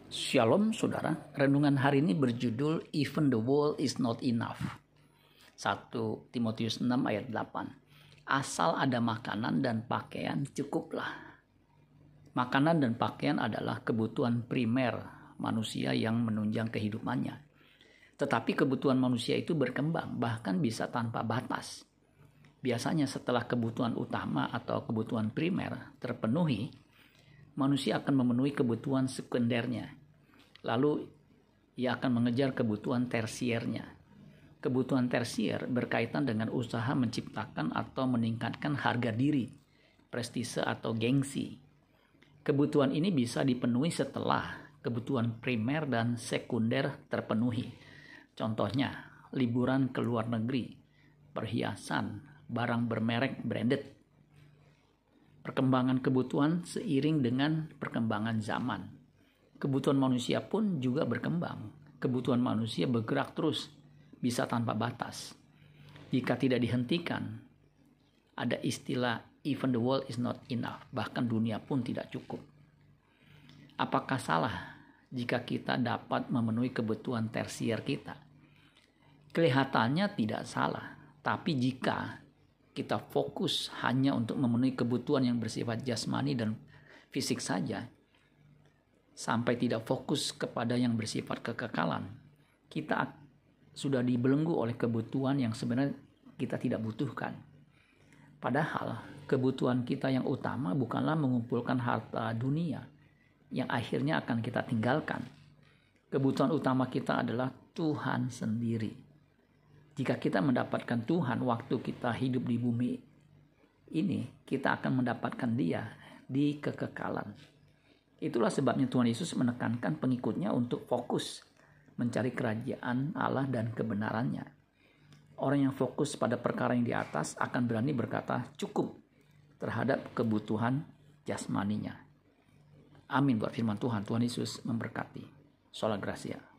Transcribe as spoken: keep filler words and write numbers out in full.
Shalom saudara, renungan hari ini berjudul Even the world is not enough. satu Timotius enam ayat delapan. Asal ada makanan dan pakaian cukuplah. Makanan dan pakaian adalah kebutuhan primer manusia yang menunjang kehidupannya. Tetapi kebutuhan manusia itu berkembang, bahkan bisa tanpa batas. Biasanya setelah kebutuhan utama atau kebutuhan primer terpenuhi, manusia akan memenuhi kebutuhan sekundernya. Lalu ia akan mengejar kebutuhan tersiernya. Kebutuhan tersier berkaitan dengan usaha menciptakan atau meningkatkan harga diri, prestise atau gengsi. Kebutuhan ini bisa dipenuhi setelah kebutuhan primer dan sekunder terpenuhi. Contohnya, liburan ke luar negeri, perhiasan, barang bermerek branded. Perkembangan kebutuhan seiring dengan perkembangan zaman. Kebutuhan manusia pun juga berkembang. Kebutuhan manusia bergerak terus, bisa tanpa batas. Jika tidak dihentikan, ada istilah even the world is not enough, bahkan dunia pun tidak cukup. Apakah salah jika kita dapat memenuhi kebutuhan tersier kita? Kelihatannya tidak salah, tapi jika kita fokus hanya untuk memenuhi kebutuhan yang bersifat jasmani dan fisik saja, sampai tidak fokus kepada yang bersifat kekekalan, kita sudah dibelenggu oleh kebutuhan yang sebenarnya kita tidak butuhkan. Padahal kebutuhan kita yang utama bukanlah mengumpulkan harta dunia yang akhirnya akan kita tinggalkan. Kebutuhan utama kita adalah Tuhan sendiri. Jika kita mendapatkan Tuhan waktu kita hidup di bumi ini, kita akan mendapatkan Dia di kekekalan. Itulah sebabnya Tuhan Yesus menekankan pengikutnya untuk fokus mencari kerajaan Allah dan kebenarannya. Orang yang fokus pada perkara yang di atas akan berani berkata cukup terhadap kebutuhan jasmaninya. Amin buat firman Tuhan. Tuhan Yesus memberkati. Sola Gracia.